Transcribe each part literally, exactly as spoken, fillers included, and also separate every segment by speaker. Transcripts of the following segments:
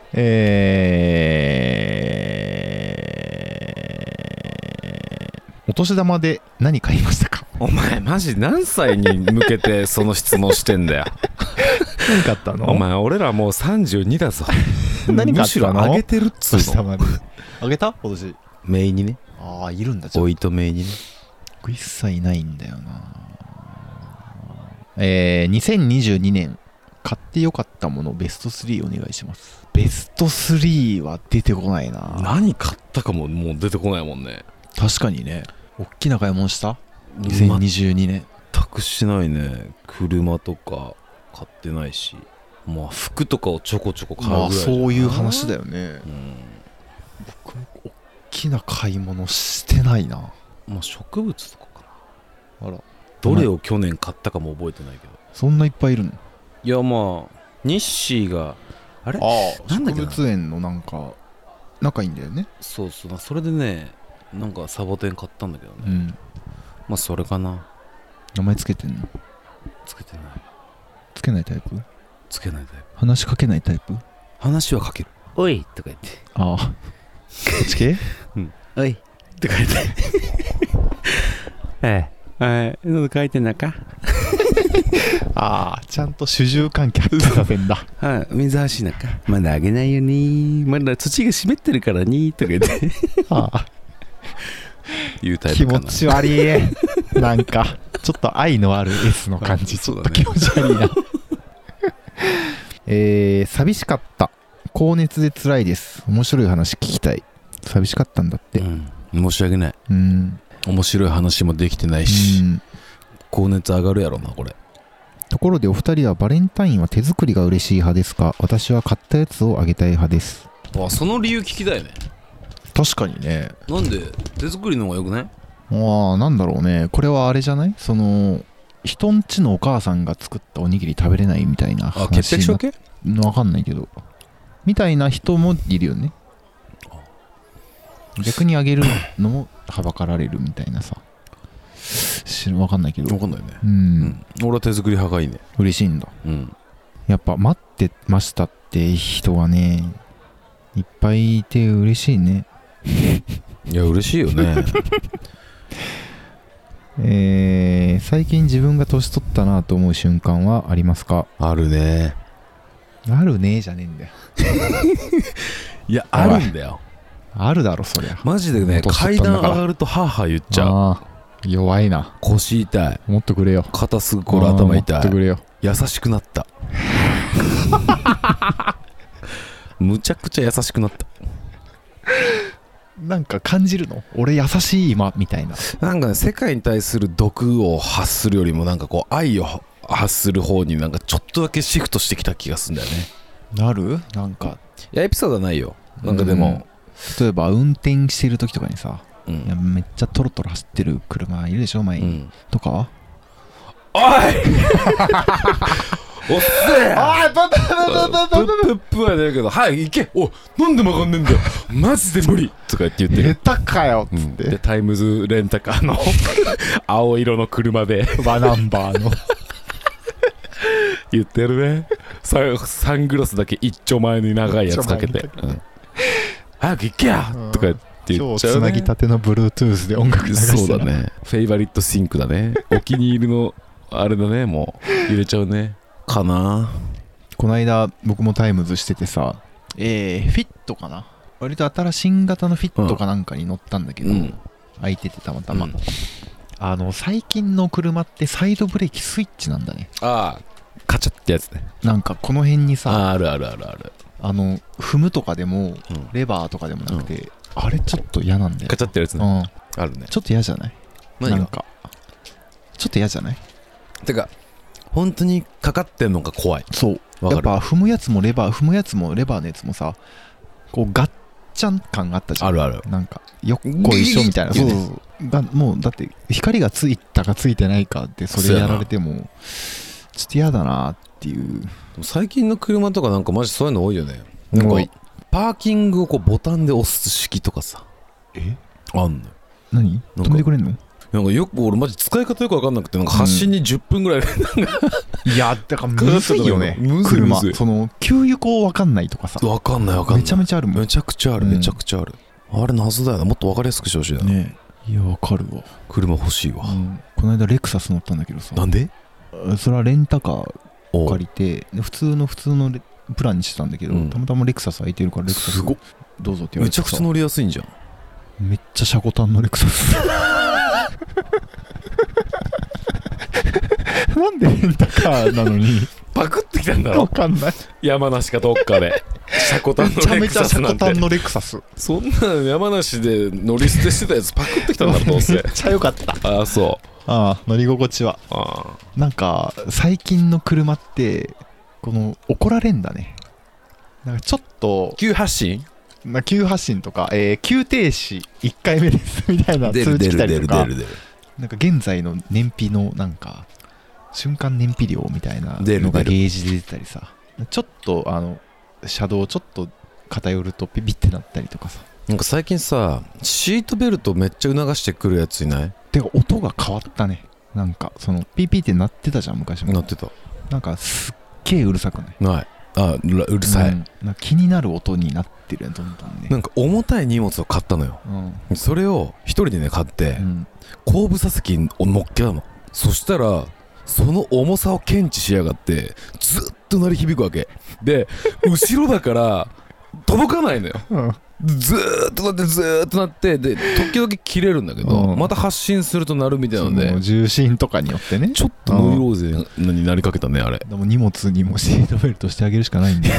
Speaker 1: えー、お年玉で何買いましたか？
Speaker 2: お前マジ何歳に向けてその質問してんだよ。
Speaker 1: 何買ったの？
Speaker 2: お前俺らもうさんじゅうにだぞ。
Speaker 1: 何買ったの？
Speaker 2: むしろあげてるっつうの。
Speaker 1: あげた？今年。
Speaker 2: メイにね。
Speaker 1: ああ、いるんだ。じゃあ
Speaker 2: おいとメイにね。
Speaker 1: 僕一切いないんだよな。えー、にせんにじゅうにねん買ってよかったものベストスリーお願いします。ベストスリーは出てこないな。
Speaker 2: 何買ったかももう出てこないもんね。
Speaker 1: 確かにね。大きな買い物した？にせんにじゅうにねん。
Speaker 2: 全くしないね。車とか買ってないし、まあ服とかをちょこちょこ買うぐらい。まあ
Speaker 1: そういう話だよね、うん、僕も大きな買い物してないな。
Speaker 2: まあ植物とかかな。
Speaker 1: あら、
Speaker 2: どれを去年買ったかも覚えてないけど。
Speaker 1: そんないっぱいいるの？い
Speaker 2: やまあ日誌があれ、
Speaker 1: ああ、
Speaker 2: なんだっけな、
Speaker 1: 植物園のなんか仲いいんだよね。
Speaker 2: そうそう、それでね、なんかサボテン買ったんだけどね、
Speaker 1: うん、
Speaker 2: まあそれかな。
Speaker 1: 名前つけてんの？
Speaker 2: つけてない。
Speaker 1: つけないタイプ？
Speaker 2: つけないタイプ。
Speaker 1: 話しかけないタイプ？
Speaker 2: 話はかける。おいとか言って。
Speaker 1: ああ、こっち系？
Speaker 2: うん。おいとか言ってええ、はい、喉乾いてんのか。
Speaker 1: ああ、ちゃんと主従関係あってさせんだ。
Speaker 2: はい、水欲しいのか。まだあげないよね。まだ土が湿ってるからねとか言ってああ、いうタイプかな。
Speaker 1: 気持ち悪い。なんかちょっと愛のある S の感じ、ちょっと気持ち悪いな。えー、寂しかった。高熱で辛いです。面白い話聞きたい。寂しかったんだって、うん、
Speaker 2: 申し訳ない。うん、面白い話もできてないし、うん、高熱上がるやろなこれ。
Speaker 1: ところでお二人はバレンタインは手作りが嬉しい派ですか？私は買ったやつをあげたい派です。
Speaker 2: あ、その理由聞きたいね。
Speaker 1: 確かにね。
Speaker 2: なんで手作りの方がよくない？
Speaker 1: ああ、なんだろうね。これはあれじゃない？その人んちのお母さんが作ったおにぎり食べれないみたいな話。
Speaker 2: あ、潔癖症系？
Speaker 1: わかんないけどみたいな人もいるよね。逆にあげるのもはばかられるみたいなさ。わかんないけど。
Speaker 2: わかんないね、
Speaker 1: うん、うん、
Speaker 2: 俺は手作り派がいいね。
Speaker 1: 嬉しいんだ、うん、やっぱ待ってましたって人はねいっぱいいて嬉しいね。
Speaker 2: いや嬉しいよね。
Speaker 1: えー、最近自分が年取ったなと思う瞬間はありますか？
Speaker 2: あるね。
Speaker 1: あるねじゃねえんだよ。
Speaker 2: いやあるんだよ。
Speaker 1: あるだろそりゃ。
Speaker 2: マジでね、階段上がるとハーハー言っちゃう。あ、
Speaker 1: 弱いな。
Speaker 2: 腰痛い。
Speaker 1: もっとくれよ。
Speaker 2: 肩すぐこれ頭痛い。
Speaker 1: もっとくれよ。
Speaker 2: 優しくなった。むちゃくちゃ優しくなった。
Speaker 1: なんか感じるの？俺優しい今みたいな。
Speaker 2: なんかね、世界に対する毒を発するよりもなんかこう愛を発する方になんかちょっとだけシフトしてきた気がするんだよね。
Speaker 1: なる？なんか
Speaker 2: いやエピソードはないよ。なんかでも、うん、
Speaker 1: 例えば運転してる時とかにさ、うん、いやめっちゃトロトロ走ってる車いるでしょ前に、うん、とかは
Speaker 2: おいおっせえおいプッププププププはねえけど、はい行け、おなんで曲がんねえんだよマジで無理とか言って言ってる。
Speaker 1: 下手かよっつって、うん、
Speaker 2: でタイムズレンタカーの青色の車で
Speaker 1: ワナンバーの
Speaker 2: 言ってるね。サ, サングラスだけ一丁前に長いやつかけて、うん、早く行けや、うん、とか言って言っちゃうね。
Speaker 1: 今日つなぎたての Bluetooth で音楽流してる。
Speaker 2: そうだね。フェイバリットシンクだね。お気に入りのあれだね。もう入れちゃうねかな。
Speaker 1: この間僕もタイムズしててさ、えー、フィットかな、割と新新型のフィットかなんかに乗ったんだけど、うん、空いててたまたま、うん、あの最近の車ってサイドブレーキスイッチなんだね。
Speaker 2: ああ、カチャってやつね。
Speaker 1: なんかこの辺にさ、
Speaker 2: あ, あるあるあるある、あ
Speaker 1: の踏むとかでも、うん、レバーとかでもなくて、うん、あれちょっと嫌なんだよ。
Speaker 2: カチャってやつね、うん、あるね。
Speaker 1: ちょっと嫌じゃない？なんかちょっと嫌じゃない？
Speaker 2: てか本当にかかってんのが怖い。そう、
Speaker 1: やっぱ踏むやつもレバー踏むやつもレバーのやつもさ、こうガッチャン感があったじゃん。
Speaker 2: あるある。
Speaker 1: なんかよっこいしょみたいな。そうそうがもうだって光がついたかついてないかでそれやられてもちょっと嫌だなっていう。
Speaker 2: 最近の車とかなんかマジそういうの多いよね。なんかパーキングをこうボタンで押す式とかさ。
Speaker 1: え？
Speaker 2: あんの。
Speaker 1: 何？止めてくれんの？
Speaker 2: なんかよく俺マジ使い方よく分かんなくてなんか発進にじゅっぷんぐらい、うん、
Speaker 1: いやだからむずいよね
Speaker 2: むずい
Speaker 1: 車
Speaker 2: むずい
Speaker 1: その給油口分かんないとかさ
Speaker 2: 分かんない分かんない
Speaker 1: めちゃめちゃあるもん
Speaker 2: めちゃくちゃあるめちゃくちゃある、うん、あれ謎だよなもっと分かりやすくしてほしいな
Speaker 1: ねいや分かるわ
Speaker 2: 車欲しいわ、
Speaker 1: うん、この間レクサス乗ったんだけどさ
Speaker 2: なんで
Speaker 1: それはレンタカー借りて普通の普通のプランにしてたんだけど、うん、たまたまレクサス空いてるからレクサスどうぞって言われて
Speaker 2: めちゃくちゃ乗りやすいんじゃん
Speaker 1: めっちゃシャコタンのレクサスなんでレンタカーなのに
Speaker 2: パクってきたんだろ
Speaker 1: 分かんない
Speaker 2: 山梨かどっかでシャコタンのレクサスなんて
Speaker 1: めちゃめちゃシャコタンのレクサス
Speaker 2: そんな山梨で乗り捨てしてたやつパクってきたんだろどうせ
Speaker 1: めっちゃ良かった
Speaker 2: ああそう
Speaker 1: ああ乗り心地は
Speaker 2: あ
Speaker 1: なんか最近の車ってこの怒られんだねなんかちょっと
Speaker 2: 急発進
Speaker 1: な急発進とか、えー、急停止いっかいめですみたいな通知来たりとかなんか現在の燃費のなんか瞬間燃費量みたいなのがゲージで出てたりさちょっとあの車道ちょっと偏るとピピってなったりとかさ
Speaker 2: なんか最近さシートベルトめっちゃ促してくるやついない
Speaker 1: てか音が変わったねなんかそのピピって鳴ってたじゃん昔も
Speaker 2: 鳴ってた
Speaker 1: なんかすっげえうるさくない
Speaker 2: ないあうるさい、うん、
Speaker 1: なんか気になる音になってるやんどんどんね
Speaker 2: なんか重たい荷物を買ったのよ、うん、それを一人でね買って、うん、後部座席を乗っけたのそしたらその重さを検知しやがってずっと鳴り響くわけで後ろだから届かないのよ、うん、ずーっとなってずーっとなってで時々切れるんだけど、うん、また発進すると鳴るみたいなので
Speaker 1: 重心とかによってね
Speaker 2: ちょっとノイローゼになりかけたねあれ
Speaker 1: でも荷物にもシートベルトしてあげるしかないんだよ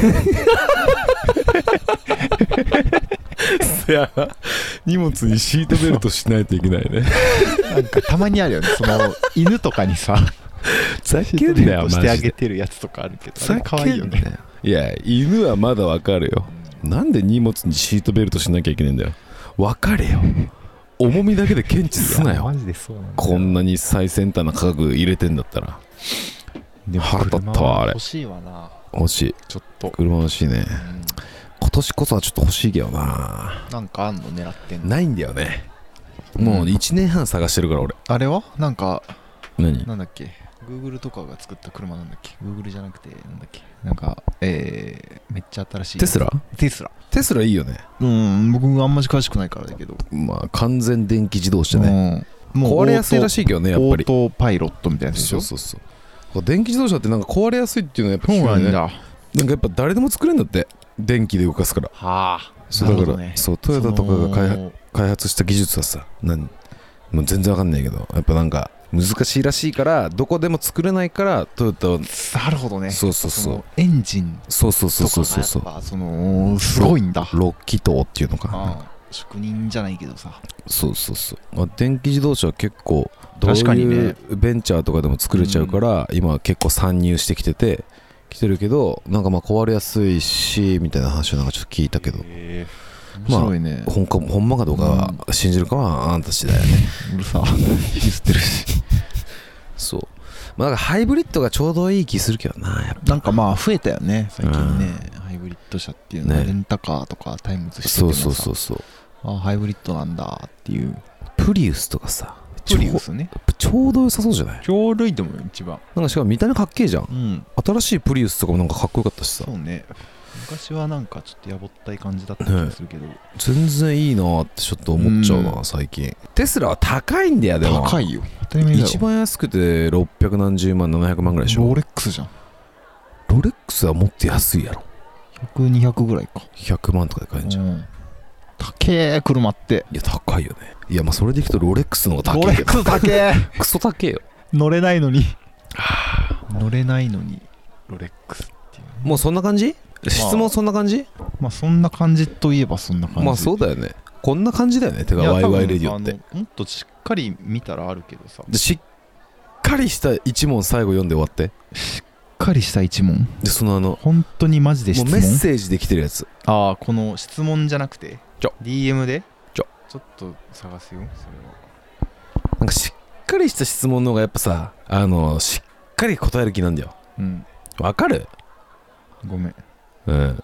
Speaker 2: いや荷物にシートベルトしないといけないね
Speaker 1: なんかたまにあるよねその犬とかにさ
Speaker 2: ざけんなよ
Speaker 1: してあげてるやつとかあるけどあれ可愛いよね
Speaker 2: いや犬はまだわかるよなんで荷物にシートベルトしなきゃいけないんだよわかれよ重みだけで検知すなよ
Speaker 1: マジでそうなんだよ
Speaker 2: こんなに最先端な価格入れてんだったら
Speaker 1: でも
Speaker 2: 腹立ったわあれ
Speaker 1: 欲しいわな
Speaker 2: 欲しい
Speaker 1: ちょっと
Speaker 2: 車欲しいね、うん、今年こそはちょっと欲しいけど
Speaker 1: ななんかあんの狙ってんの
Speaker 2: ないんだよねもういちねんはん探してるから俺
Speaker 1: あれはなんか
Speaker 2: 何
Speaker 1: なんだっけGoogle とかが作った車なんだっけ Google じゃなくてなんだっけなんかえー、めっちゃ新しい
Speaker 2: テスラ
Speaker 1: テスラ
Speaker 2: テスラいいよね
Speaker 1: うん僕あんまり詳しくないからだけど
Speaker 2: まあ完全電気自動車ね、うん、もう壊れやすいらしいけどねやっぱり
Speaker 1: オートパイロットみたいなやつでしょ
Speaker 2: そうそうそう電気自動車ってなんか壊れやすいっていうのはやっぱ聞くよね
Speaker 1: そうなんだ
Speaker 2: なんかやっぱ誰でも作れるんだって電気で動かすから
Speaker 1: はあ
Speaker 2: そうだから、ね、そうトヨタとかが開, 開発した技術はさ何もう全然わかんないけどやっぱなんか難しいらしいからどこでも作れないからトヨタは
Speaker 1: なるほどね
Speaker 2: そうそうそう
Speaker 1: そエンジン
Speaker 2: そうそうそうそうそうそう
Speaker 1: そのすごいんだ
Speaker 2: ろっ気筒っていうのかな
Speaker 1: ああ職人じゃないけどさ
Speaker 2: そうそうそう、まあ、電気自動車は結構どういうベンチャーとかでも作れちゃうから、うん、今は結構参入してきてて来てるけどなんかまあ壊れやすいしみたいな話をなんかちょっと聞いたけど
Speaker 1: へ面白いね、
Speaker 2: まあ、ほんかほんまかどうかは信じるかはあんた次第だよね、
Speaker 1: うん、うるさ引きずってるし
Speaker 2: そうまあなんかハイブリッドがちょうどいい気するけどなやっぱ
Speaker 1: なんかまあ増えたよね最近ね、うん、ハイブリッド車っていうのはレンタカーとかタイムズしててもさ
Speaker 2: そうそうそうそう
Speaker 1: あハイブリッドなんだっていう
Speaker 2: プリウスとかさ
Speaker 1: プリウスね
Speaker 2: ちょうど良さそうじゃない
Speaker 1: ちょうどいいと思う一番
Speaker 2: なんかしかも見た目かっけえじゃん、
Speaker 1: うん、
Speaker 2: 新しいプリウスとかもなんかかっこよかったしさ
Speaker 1: そうね昔はなんかちょっとやぼったい感じだった気がするけど、ね、
Speaker 2: 全然いいなってちょっと思っちゃうな、うん、最近テスラは高いんだよでも
Speaker 1: 高いよ
Speaker 2: 一番安くてろっぴゃくなんじゅうまんななひゃくまんぐらいでしょ
Speaker 1: ロレックスじゃん
Speaker 2: ロレックスはもっと安いやろ
Speaker 1: ひゃく、にひゃくぐらいか
Speaker 2: ひゃくまんとかで買えんじゃん、うん、
Speaker 1: 高え車って
Speaker 2: いや高いよねいやまあそれでいくとロレックスの方が高い
Speaker 1: ロレックス高え
Speaker 2: クソ高えよ
Speaker 1: 乗れないのに乗れないのにロレックスっていう、ね、
Speaker 2: もうそんな感じ質問そんな感じ、
Speaker 1: まあ、まあそんな感じといえばそんな感じ
Speaker 2: まあそうだよねこんな感じだよねてかワイワイレディオって
Speaker 1: もっとしっかり見たらあるけどさ
Speaker 2: でしっかりした一問最後読んで終わって
Speaker 1: しっかりした一問
Speaker 2: でそのあの
Speaker 1: 本当にマジで質問
Speaker 2: もうメッセージできてるやつ
Speaker 1: ああこの質問じゃなくて
Speaker 2: ちょ
Speaker 1: ディーエム で
Speaker 2: ちょ
Speaker 1: ちょっと探すよそれは
Speaker 2: なんかしっかりした質問の方がやっぱさあのしっかり答える気なんだよ
Speaker 1: うん
Speaker 2: わかる
Speaker 1: ごめん
Speaker 2: うん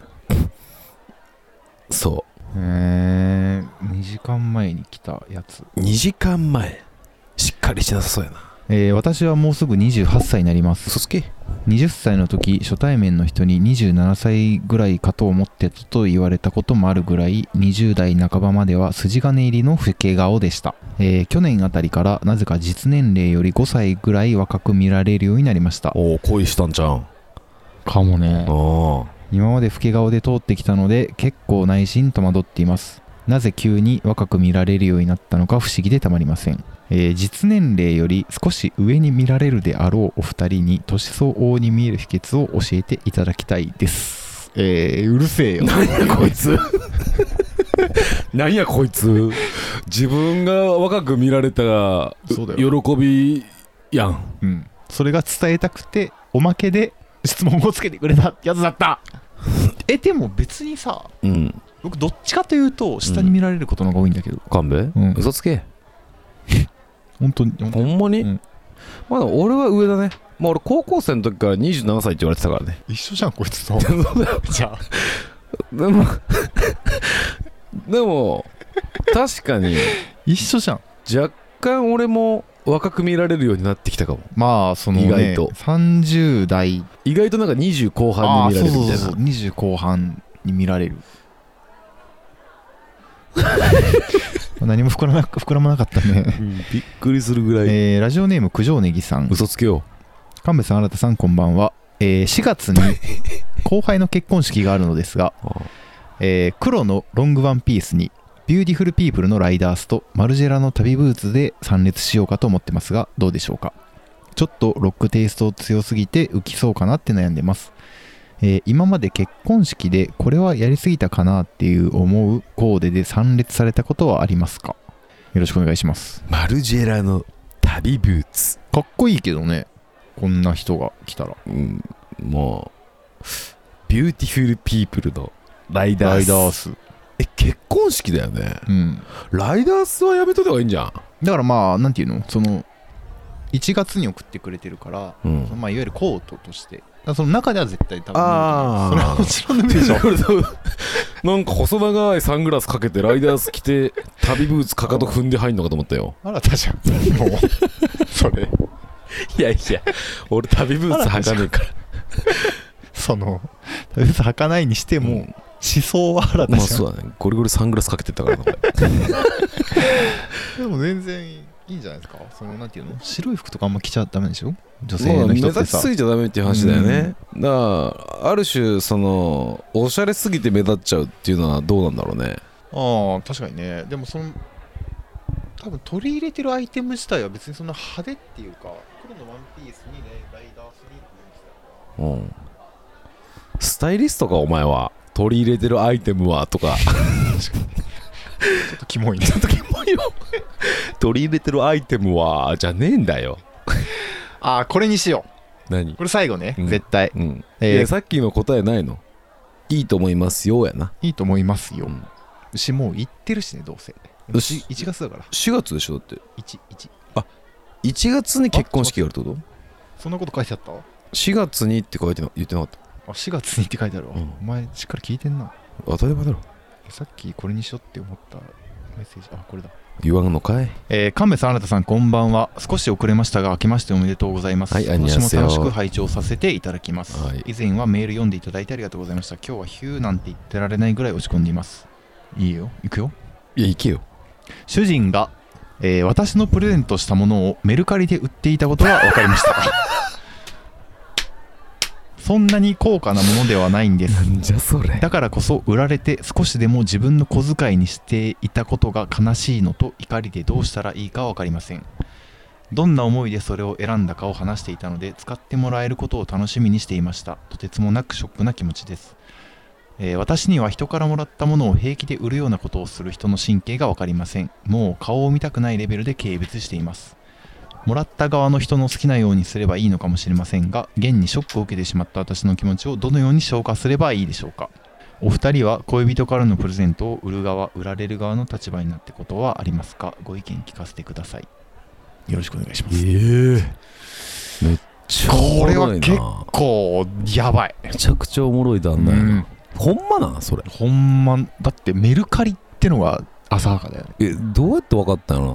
Speaker 2: そう
Speaker 1: へえにじかんまえに来たやつ
Speaker 2: にじかんまえしっかりしてなさそうやな。
Speaker 1: えー、私はもうすぐにじゅうはっさいになります。
Speaker 2: 嘘つけ。
Speaker 1: はたちの時、初対面の人ににじゅうななさいぐらいかと思ってたと言われたこともあるぐらい、にじゅう代半ばまでは筋金入りの老け顔でした。えー、去年あたりからなぜか実年齢よりごさいぐらい若く見られるようになりました。
Speaker 2: おお、恋したんちゃうん
Speaker 1: かもね。
Speaker 2: あ
Speaker 1: 今まで老け顔で通ってきたので結構内心戸惑っています。なぜ急に若く見られるようになったのか不思議でたまりません。えー、実年齢より少し上に見られるであろうお二人に年相応に見える秘訣を教えていただきたいです。えー、うるせえよ。
Speaker 2: 何やこいつ何やこいつ自分が若く見られたら喜びやん、
Speaker 1: うん、それが伝えたくておまけで質問をつけてくれたやつだったえ、でも別にさ、うん、僕どっちかというと下に見られることの方が多いんだけど。
Speaker 2: 勘弁、うん、嘘つけ
Speaker 1: 本当に
Speaker 2: ほんまに、うん、まだ俺は上だね。まあ俺高校生の時からにじゅうななさいって言われてたからね。
Speaker 1: 一緒じゃんこいつとじゃあ
Speaker 2: でもでも確かに
Speaker 1: 一緒じゃん。
Speaker 2: 若干俺も若く見られるようになってきたかも。
Speaker 1: まあその、ね、意外とさんじゅう代
Speaker 2: 意外となんかにじゅう後半に見られるみたいな。そうそうそう、
Speaker 1: にじゅう後半に見られる何も膨らまな膨らまなかったね、
Speaker 2: うん、びっくりするぐらい。
Speaker 1: えー、ラジオネーム九条ネギさん。
Speaker 2: 嘘つけよ。
Speaker 1: 神戸さん、新田さん、こんばんは。えー、しがつに後輩の結婚式があるのですがえー、黒のロングワンピースにビューティフルピープルのライダースとマルジェラの旅ブーツで参列しようかと思ってますが、どうでしょうか。ちょっとロックテイスト強すぎて浮きそうかなって悩んでます。えー、今まで結婚式でこれはやりすぎたかなっていう思うコーデで参列されたことはありますか。よろしくお願いします。
Speaker 2: マルジェラの旅ブーツ
Speaker 1: かっこいいけどね、こんな人が来たら。
Speaker 2: うん、もうビューティフルピープルのライダース。ライダースえ結婚式だよね、うん、ライダースはやめといた方がいいんじゃん。
Speaker 1: だからまあなんていうの、そのいちがつに送ってくれてるから、うん、まあ、いわゆるコートとしてその中では絶対多分
Speaker 2: あ
Speaker 1: それはもちろんでもいいでしょ
Speaker 2: なんか細長いサングラスかけてライダース着て旅ブーツかかと踏んで入んのかと思ったよ。
Speaker 1: あらたじゃんもうそれ
Speaker 2: いやいや俺旅ブーツ履かねえから
Speaker 1: その旅ブーツ履かないにしても、うん、思想は新たじゃん。
Speaker 2: まあそうだね、ゴリゴリサングラスかけてたからな
Speaker 1: でも全然いいんじゃないですか。そのなんていうの、白い服とかあんま着ちゃダメでしょ、女性の人ってさ。目立ちす
Speaker 2: ぎちゃダメっていう話だよね、うん、だからある種そのおしゃれすぎて目立っちゃうっていうのはどうなんだろうね。
Speaker 1: ああ確かにね。でもその多分取り入れてるアイテム自体は別にそんな派手っていうか、黒のワンピースにねライダースリーブの、うん、
Speaker 2: スタイリストかお前は。取り入れてるアイテムはとかちょ
Speaker 1: っとキモいね。
Speaker 2: ちょっとキモいよ取り入れてるアイテムはじゃねえんだよ。
Speaker 1: ああこれにしよ
Speaker 2: う。何
Speaker 1: これ最後ね、うん、絶対、
Speaker 2: うんえー、さっきの答えないの。いいと思いますよやな。
Speaker 1: いいと思いますよ、うん、しもう行ってるしねどうせ。いちがつだから。
Speaker 2: しがつでしょだって。
Speaker 1: いち、いち
Speaker 2: あいちがつに結婚式やるってこと。
Speaker 1: そんなこと書いてあった。
Speaker 2: しがつにって書いてな言ってなかった。
Speaker 1: あしがつにって書いてあるわ、うん、お前しっかり聞いてんな。
Speaker 2: 当たり前だろ。
Speaker 1: さっきこれにしようって思ったメッセージ、あこれだ。
Speaker 2: 言わんのかい。
Speaker 1: えー、神戸さん、新田さん、こんばんは。少し遅れましたが明けましておめでとうございます。
Speaker 2: はい、
Speaker 1: 今年も楽しく拝聴させていただきます、はい、以前はメール読んでいただいてありがとうございました。今日はヒューなんて言ってられないぐらい落ち込んでいます。いいよ行くよ。
Speaker 2: いや行けよ。
Speaker 1: 主人が、えー、私のプレゼントしたものをメルカリで売っていたことが分かりましたそんなに高価なものではないんです。
Speaker 2: なんじゃそれ。
Speaker 1: だからこそ売られて少しでも自分の小遣いにしていたことが悲しいのと怒りでどうしたらいいか分かりません。どんな思いでそれを選んだかを話していたので使ってもらえることを楽しみにしていました。とてつもなくショックな気持ちです、えー、私には人からもらったものを平気で売るようなことをする人の神経が分かりません。もう顔を見たくないレベルで軽蔑しています。もらった側の人の好きなようにすればいいのかもしれませんが、現にショックを受けてしまった私の気持ちをどのように消化すればいいでしょうか。お二人は恋人からのプレゼントを売る側、売られる側の立場になってことはありますか。ご意見聞かせてください。よろしくお願いします。
Speaker 2: えー、めっちゃおもろいな。
Speaker 1: これは結構やばい。
Speaker 2: めちゃくちゃおもろい旦那やな、うん、ほんまなそれ。
Speaker 1: ほんまだってメルカリってのが浅はかだよね。
Speaker 2: えどうやって分かったの。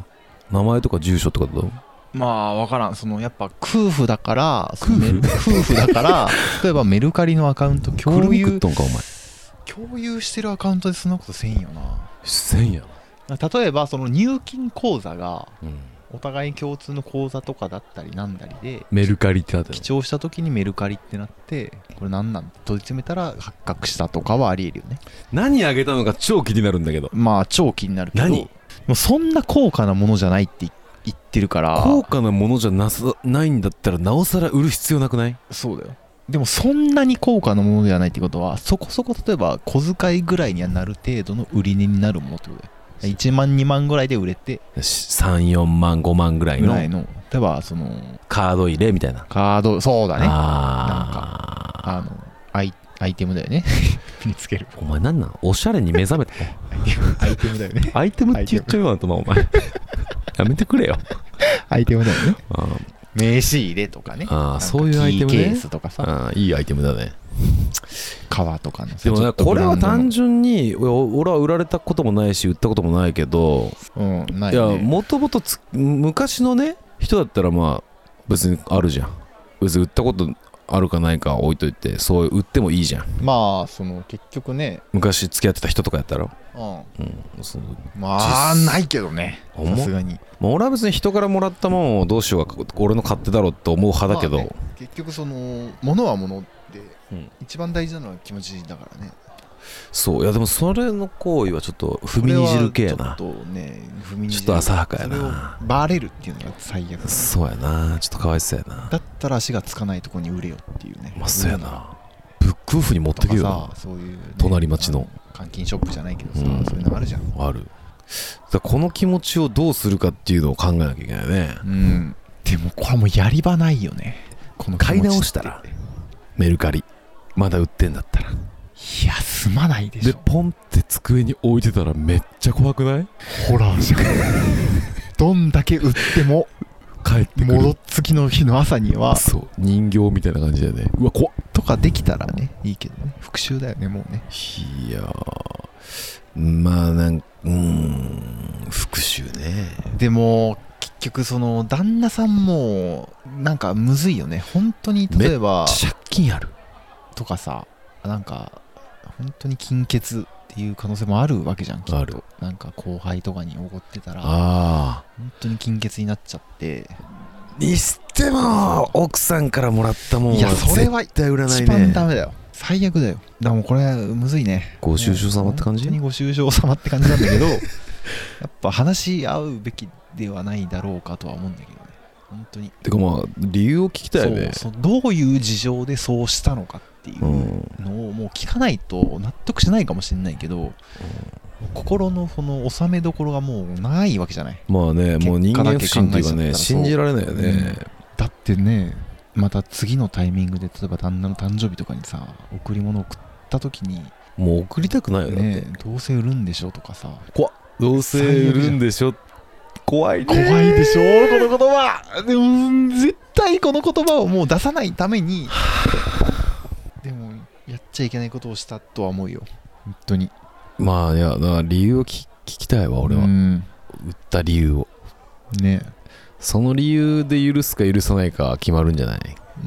Speaker 2: 名前とか住所とかだと
Speaker 1: まあ分からん。そのやっぱ夫婦だから夫婦夫婦だから例えばメルカリのアカウント共有
Speaker 2: とんかお前
Speaker 1: 共有してるアカウントでそんなことせんよな。
Speaker 2: せんや
Speaker 1: な。例えばその入金口座が
Speaker 2: うん
Speaker 1: お互い共通の口座とかだったりなんだりで
Speaker 2: メルカリってなった
Speaker 1: 記帳した時にメルカリってなってこれなんなん問い詰めたら発覚したとかはありえるよね。
Speaker 2: 何あげたのか超気になるんだけど。
Speaker 1: まあ超気になるけど、
Speaker 2: 何
Speaker 1: もうそんな高価なものじゃないって言ってるから。
Speaker 2: 高価なものじゃなさないんだったらなおさら売る必要なくない？
Speaker 1: そうだよ。でもそんなに高価なものではないってことはそこそこ例えば小遣いぐらいにはなる程度の売り値になるものってことだよ。いちまんにまんぐらいで売れて
Speaker 2: さん、よんまんごまんぐらいの
Speaker 1: ぐらいの例えばその
Speaker 2: カード入れみたいな
Speaker 1: カードそうだね。
Speaker 2: あ
Speaker 1: なんかあのアイアイテムだよね身につける。
Speaker 2: お前なんなんおしゃれに目覚めた
Speaker 1: アイテムだよね。
Speaker 2: アイテムって言っちゃうよなとなお前やめてくれよ
Speaker 1: アイテムだよね。
Speaker 2: あ
Speaker 1: 名刺入れとかね。
Speaker 2: あそういうアイテムね。
Speaker 1: キーケースとかさ
Speaker 2: あいいアイテムだね。
Speaker 1: 革とかのさ。
Speaker 2: でもねこれは単純に俺は売られたこともないし売ったこともないけど、
Speaker 1: うんないね、
Speaker 2: いやもともと昔のね人だったらまあ別にあるじゃん。別に売ったことあるかないか置いといてそう売ってもいいじゃん。
Speaker 1: まあその結局ね
Speaker 2: 昔付き合ってた人とかやったろ。
Speaker 1: うん、
Speaker 2: うん、その
Speaker 1: まあないけどねさすがに。
Speaker 2: まあ、俺は別に人からもらったもんをどうしようか俺の勝手だろうと思う派だけど、まあね、
Speaker 1: 結局その物は物で、
Speaker 2: うん、
Speaker 1: 一番大事なのは気持ちだからね。
Speaker 2: そういやでもそれの行為はちょっと踏みにじる系やな。
Speaker 1: ちょっとね踏みにじる
Speaker 2: ちょっと浅はかやな。
Speaker 1: それをバレるっていうのが最悪だ、ね、
Speaker 2: そうやなちょっとかわいそうやな。
Speaker 1: だったら足がつかないところに売れよっていうね。
Speaker 2: まあそうやなブックオフに持ってけよな。
Speaker 1: そういう、ね、
Speaker 2: 隣町の
Speaker 1: 監禁ショップじゃないけどさ、
Speaker 2: うん、
Speaker 1: そういうのあるじゃん。
Speaker 2: ある。だこの気持ちをどうするかっていうのを考えなきゃいけないね。
Speaker 1: うんでもこれもうやり場ないよね。この気持ち
Speaker 2: 買い直したらメルカリまだ売ってんだったら
Speaker 1: いや済まないでしょ。
Speaker 2: でポンって机に置いてたらめっちゃ怖くない？
Speaker 1: ホラーじゃんどんだけ売っても
Speaker 2: 帰ってくる
Speaker 1: 戻っ次の日の朝には
Speaker 2: そう人形みたいな感じだよね。うわ怖っ
Speaker 1: とかできたらねいいけどね。復讐だよねもうね。
Speaker 2: いやまあなんかうーん復讐ね。
Speaker 1: でも結局その旦那さんもなんかむずいよね本当に。例えば
Speaker 2: 借金ある
Speaker 1: とかさなんか本当に金欠っていう可能性もあるわけじゃんきっと。
Speaker 2: ある。
Speaker 1: なんか後輩とかにおごってたら
Speaker 2: あ
Speaker 1: 本当に金欠になっちゃって
Speaker 2: にしても奥さんからもらったもんは
Speaker 1: 絶対
Speaker 2: 売らないね。
Speaker 1: 一番ダメだよ。最悪だよ。だからもうこれむずいね。
Speaker 2: ご愁傷様って感じ？
Speaker 1: 本当にご愁傷様って感じなんだけどやっぱ話し合うべきではないだろうかとは思うんだけどね本当に。
Speaker 2: てかまあ理由を聞きたいね。
Speaker 1: そうそうどういう事情でそうしたのかっていうのをもう聞かないと納得しないかもしれないけど、うん、心のその収めどころがもうないわけじゃない。まあねもう人間不信っていうかね信じられないよね、うん、だってねまた次のタイミングで例えば旦那の誕生日とかにさ贈り物を送った時に
Speaker 2: もう送りたくないよね。
Speaker 1: どうせ売るんでしょとかさ
Speaker 2: 怖っどうせ売るんでしょ怖いね。
Speaker 1: 怖いでしょこの言葉。でも絶対この言葉をもう出さないためにでもやっちゃいけないことをしたとは思うよ本当に。ま
Speaker 2: あいやだから理由を聞きたいわ俺は。売った理由を
Speaker 1: ね。
Speaker 2: その理由で許すか許さないか決まるんじゃない？
Speaker 1: うー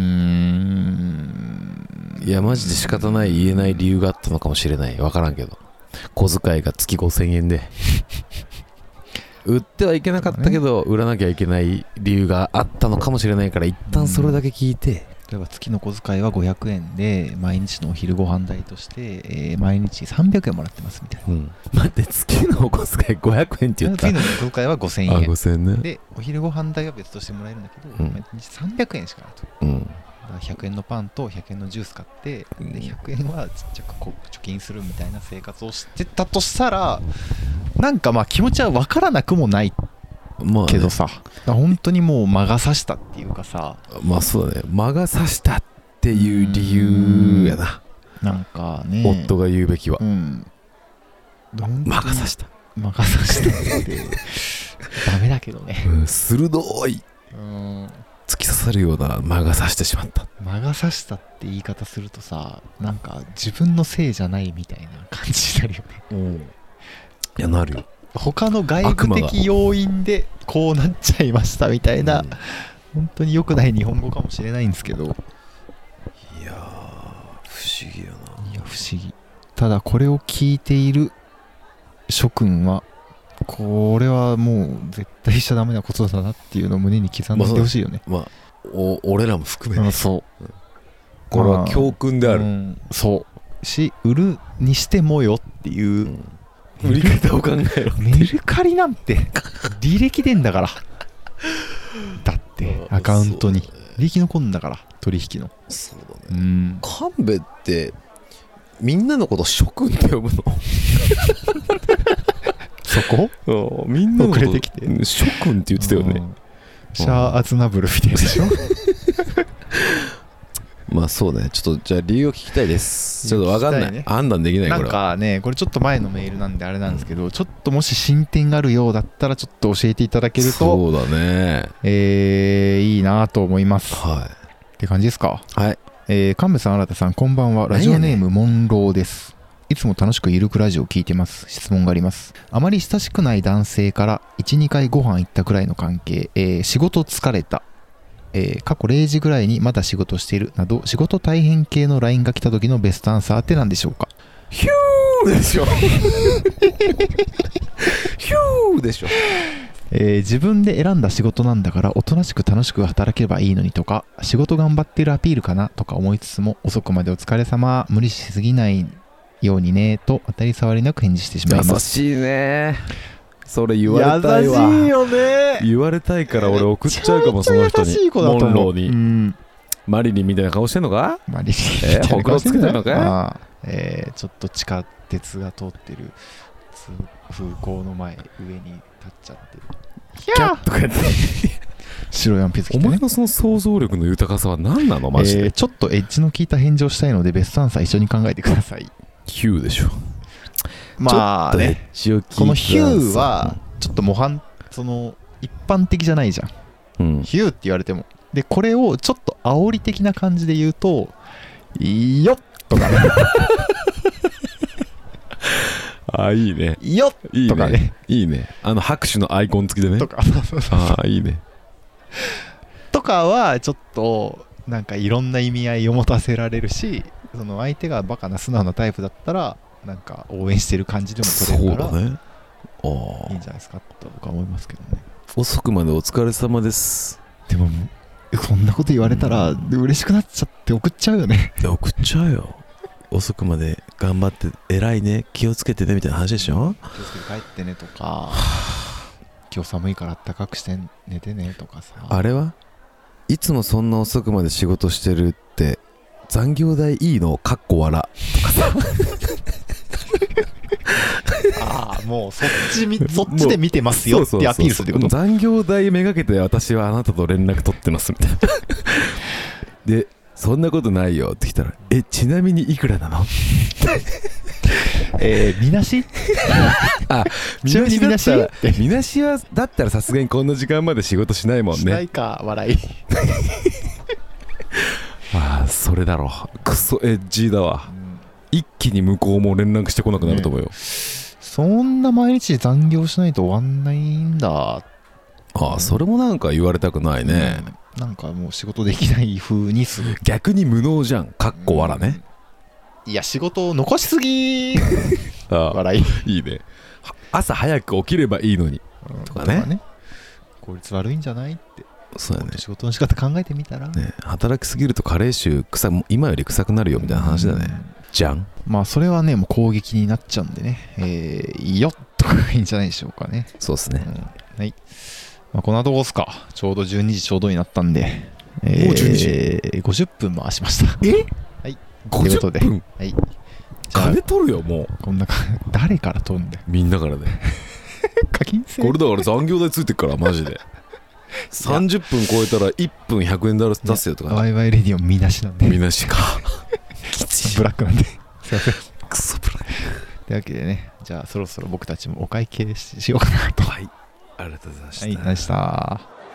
Speaker 1: ん
Speaker 2: いやマジで仕方ない言えない理由があったのかもしれない。分からんけど小遣いが月ごせんえんで売ってはいけなかったけど売らなきゃいけない理由があったのかもしれないから一旦それだけ聞いて、
Speaker 1: 例えば月の小遣いはごひゃくえんで毎日のお昼ご飯代として、えー、毎日さんびゃくえんもらってますみたいな、うん、
Speaker 2: 待って月のお小遣いごひゃくえんって言った
Speaker 1: 月の小遣いはごせんえん。
Speaker 2: あごせんえんね。
Speaker 1: でお昼ご飯代は別としてもらえるんだけど、うん、毎日さんびゃくえんしかないと、
Speaker 2: うん、
Speaker 1: だからひゃくえんのパンとひゃくえんのジュース買って、うん、でひゃくえんはちっちゃくこう貯金するみたいな生活をしてたとしたらなんかまあ気持ちは分からなくもないまあね、けどさ本当にもう魔が差したっていうかさ
Speaker 2: まあそうだね魔が差したっていう理由やな。
Speaker 1: なんかね
Speaker 2: 夫が言うべきは、
Speaker 1: うん、
Speaker 2: 魔が差した
Speaker 1: 魔が差したってダメだけどね、
Speaker 2: うん、鋭い、うん、突き刺さるような魔が差してしまった。
Speaker 1: 魔が差したって言い方するとさなんか自分のせいじゃないみたいな感じになるよね。
Speaker 2: うんいやなるよ。
Speaker 1: 他の外部的要因でこうなっちゃいましたみたいな、うん、本当に良くない日本語かもしれないんですけど、い
Speaker 2: やー不思議やな。
Speaker 1: いや不思議。ただこれを聞いている諸君はこれはもう絶対しちゃダメなことだなっていうのを胸に刻んでほしいよね。
Speaker 2: まあ、まあ、お俺らも含めて、
Speaker 1: ね、そう、うん、
Speaker 2: これは教訓である、まあ
Speaker 1: うん、そうし売るにしてもよっていう、うん、
Speaker 2: 売り方を考えろ。
Speaker 1: メルカリなんて履歴でんだからだってアカウントに履歴残んだから取引の。
Speaker 2: そうだね、
Speaker 1: うん、
Speaker 2: 神戸ってみんなのこと諸君って呼ぶの
Speaker 1: そこ
Speaker 2: みんなのこと
Speaker 1: 遅れてきて
Speaker 2: 諸君って言ってたよね。
Speaker 1: シャア・アズナブルみたいでしょ
Speaker 2: まあそうね。ちょっとじゃあ理由を聞きたいです。ちょっと分かんない、ね、判断できない。
Speaker 1: なんかねこれちょっと前のメールなんであれなんですけど、うん、ちょっともし進展があるようだったらちょっと教えていただけると
Speaker 2: そうだね、
Speaker 1: えー、いいなと思います。
Speaker 2: はい
Speaker 1: って感じですか。
Speaker 2: はい、
Speaker 1: えー、神戸さん、新田さん、こんばんは。ラジオネームモンローです。いつも楽しくゆるくラジオを聞いてます。質問があります。あまり親しくない男性から いちにかいご飯行ったくらいの関係、えー、仕事疲れた、えー、過去れいじぐらいにまだ仕事しているなど仕事大変系の ライン が来た時のベストアンサーって何でしょうか。
Speaker 2: ヒューでしょヒューでしょ、
Speaker 1: えー、自分で選んだ仕事なんだからおとなしく楽しく働けばいいのにとか、仕事頑張ってるアピールかなとか思いつつも、遅くまでお疲れ様、無理しすぎないようにねと当たり障りなく返事してしまいます。
Speaker 2: 優しいね。それ言われたいわ。
Speaker 1: 優しいよね。
Speaker 2: 言われたいから俺送っちゃうかも、その人に。
Speaker 1: 優しい子だと思う。
Speaker 2: モンローに、
Speaker 1: うん、
Speaker 2: マリリンみたいな顔してんのか。
Speaker 1: マリリンみたいな顔してんのか、
Speaker 2: えー、ほくろつけてんのか、
Speaker 1: えー、ちょっと地下鉄が通ってる風光の前上に立っちゃってる
Speaker 2: キャッとかやって
Speaker 1: 白いワンピース着て、ね、
Speaker 2: お前のその想像力の豊かさは何なのマジで、
Speaker 1: えー、ちょっとエッジの効いた返事をしたいのでベストアンサー一緒に考えてください。
Speaker 2: ヒューでしょ。
Speaker 1: まあね、このヒューはちょっと模範、その一般的じゃないじゃん、うん、ヒューって言われても。でこれをちょっと煽り的な感じで言うといいよとかね
Speaker 2: あ、いいね。
Speaker 1: いいよとかね。
Speaker 2: いいね。あの拍手のアイコン付きでね。
Speaker 1: とか。
Speaker 2: ああ、いいね。
Speaker 1: とかはちょっとなんかいろんな意味合いを持たせられるし、その相手がバカな素直なタイプだったらなんか応援してる感じでも取れるから、そうだね。ああ。いいんじゃないですかと僕は思いますけどね。
Speaker 2: 遅くまでお疲れ様です。
Speaker 1: でもそんなこと言われたら嬉しくなっちゃって送っちゃうよね。
Speaker 2: 送っちゃうよ。遅くまで頑張って偉いね、気をつけてねみたいな話でしょ。
Speaker 1: 気をつけて帰ってねとか今日寒いからあったかくして寝てねとかさ。
Speaker 2: あれはいつもそんな遅くまで仕事してるって残業代いいのかっこ笑とかさ
Speaker 1: ああ、もうそっちみそっちで見てますよってアピールするってこと。
Speaker 2: 残業代めがけて私はあなたと連絡取ってますみたいなでそんなことないよって来たら、え、ちなみにいくらなの
Speaker 1: えー、みなし
Speaker 2: あ、みなしだったらみなしはだったらさすがにこんな時間まで仕事しないもんね。
Speaker 1: しないか、笑い
Speaker 2: ああ、それだろう。クソエッジーだわ、うん、一気に向こうも連絡してこなくなると思うよ、ね、
Speaker 1: そんな毎日残業しないと終わんないんだ。
Speaker 2: ああ、それもなんか言われたくないね、
Speaker 1: うん、なんかもう仕事できない風にする。
Speaker 2: 逆に無能じゃん、かっこ笑ね、
Speaker 1: うん、いや仕事を残しすぎああ笑い
Speaker 2: いいね。朝早く起きればいいのに、うん、とか ね, ね
Speaker 1: 効率悪いんじゃないって。
Speaker 2: そうだね、
Speaker 1: 仕事の仕方考えてみたら、
Speaker 2: ね、働きすぎると加齢臭臭今より臭くなるよみたいな話だね、うん、じゃん。
Speaker 1: まあそれはねもう攻撃になっちゃうんでね、えー、いいよとかがいいんじゃないでしょうかね。
Speaker 2: そうですね、うん、
Speaker 1: はい、まあ、こんなとこですか。ちょうどじゅうにじちょうどになったんで、えー、
Speaker 2: もうじゅうにじ
Speaker 1: ごじゅっぷん回しました。
Speaker 2: え
Speaker 1: はい、
Speaker 2: ごじゅっぷん
Speaker 1: ということで、はい、
Speaker 2: 金取るよもう。
Speaker 1: こんな誰から取るんだよ。
Speaker 2: みんなからで
Speaker 1: 課金制。
Speaker 2: これだから残業代ついてるからマジでさんじゅっぷん超えたらいっぷんひゃくえん出すよとか。
Speaker 1: ワイワイレディオ見なしなんで。
Speaker 2: 見なしかきつい
Speaker 1: ブラックなんで。すいません。
Speaker 2: クソブラック
Speaker 1: というわけでね、じゃあそろそろ僕たちもお会計しようかなと。
Speaker 2: はい、ありがとうございました。
Speaker 1: はい、ありがとうございました。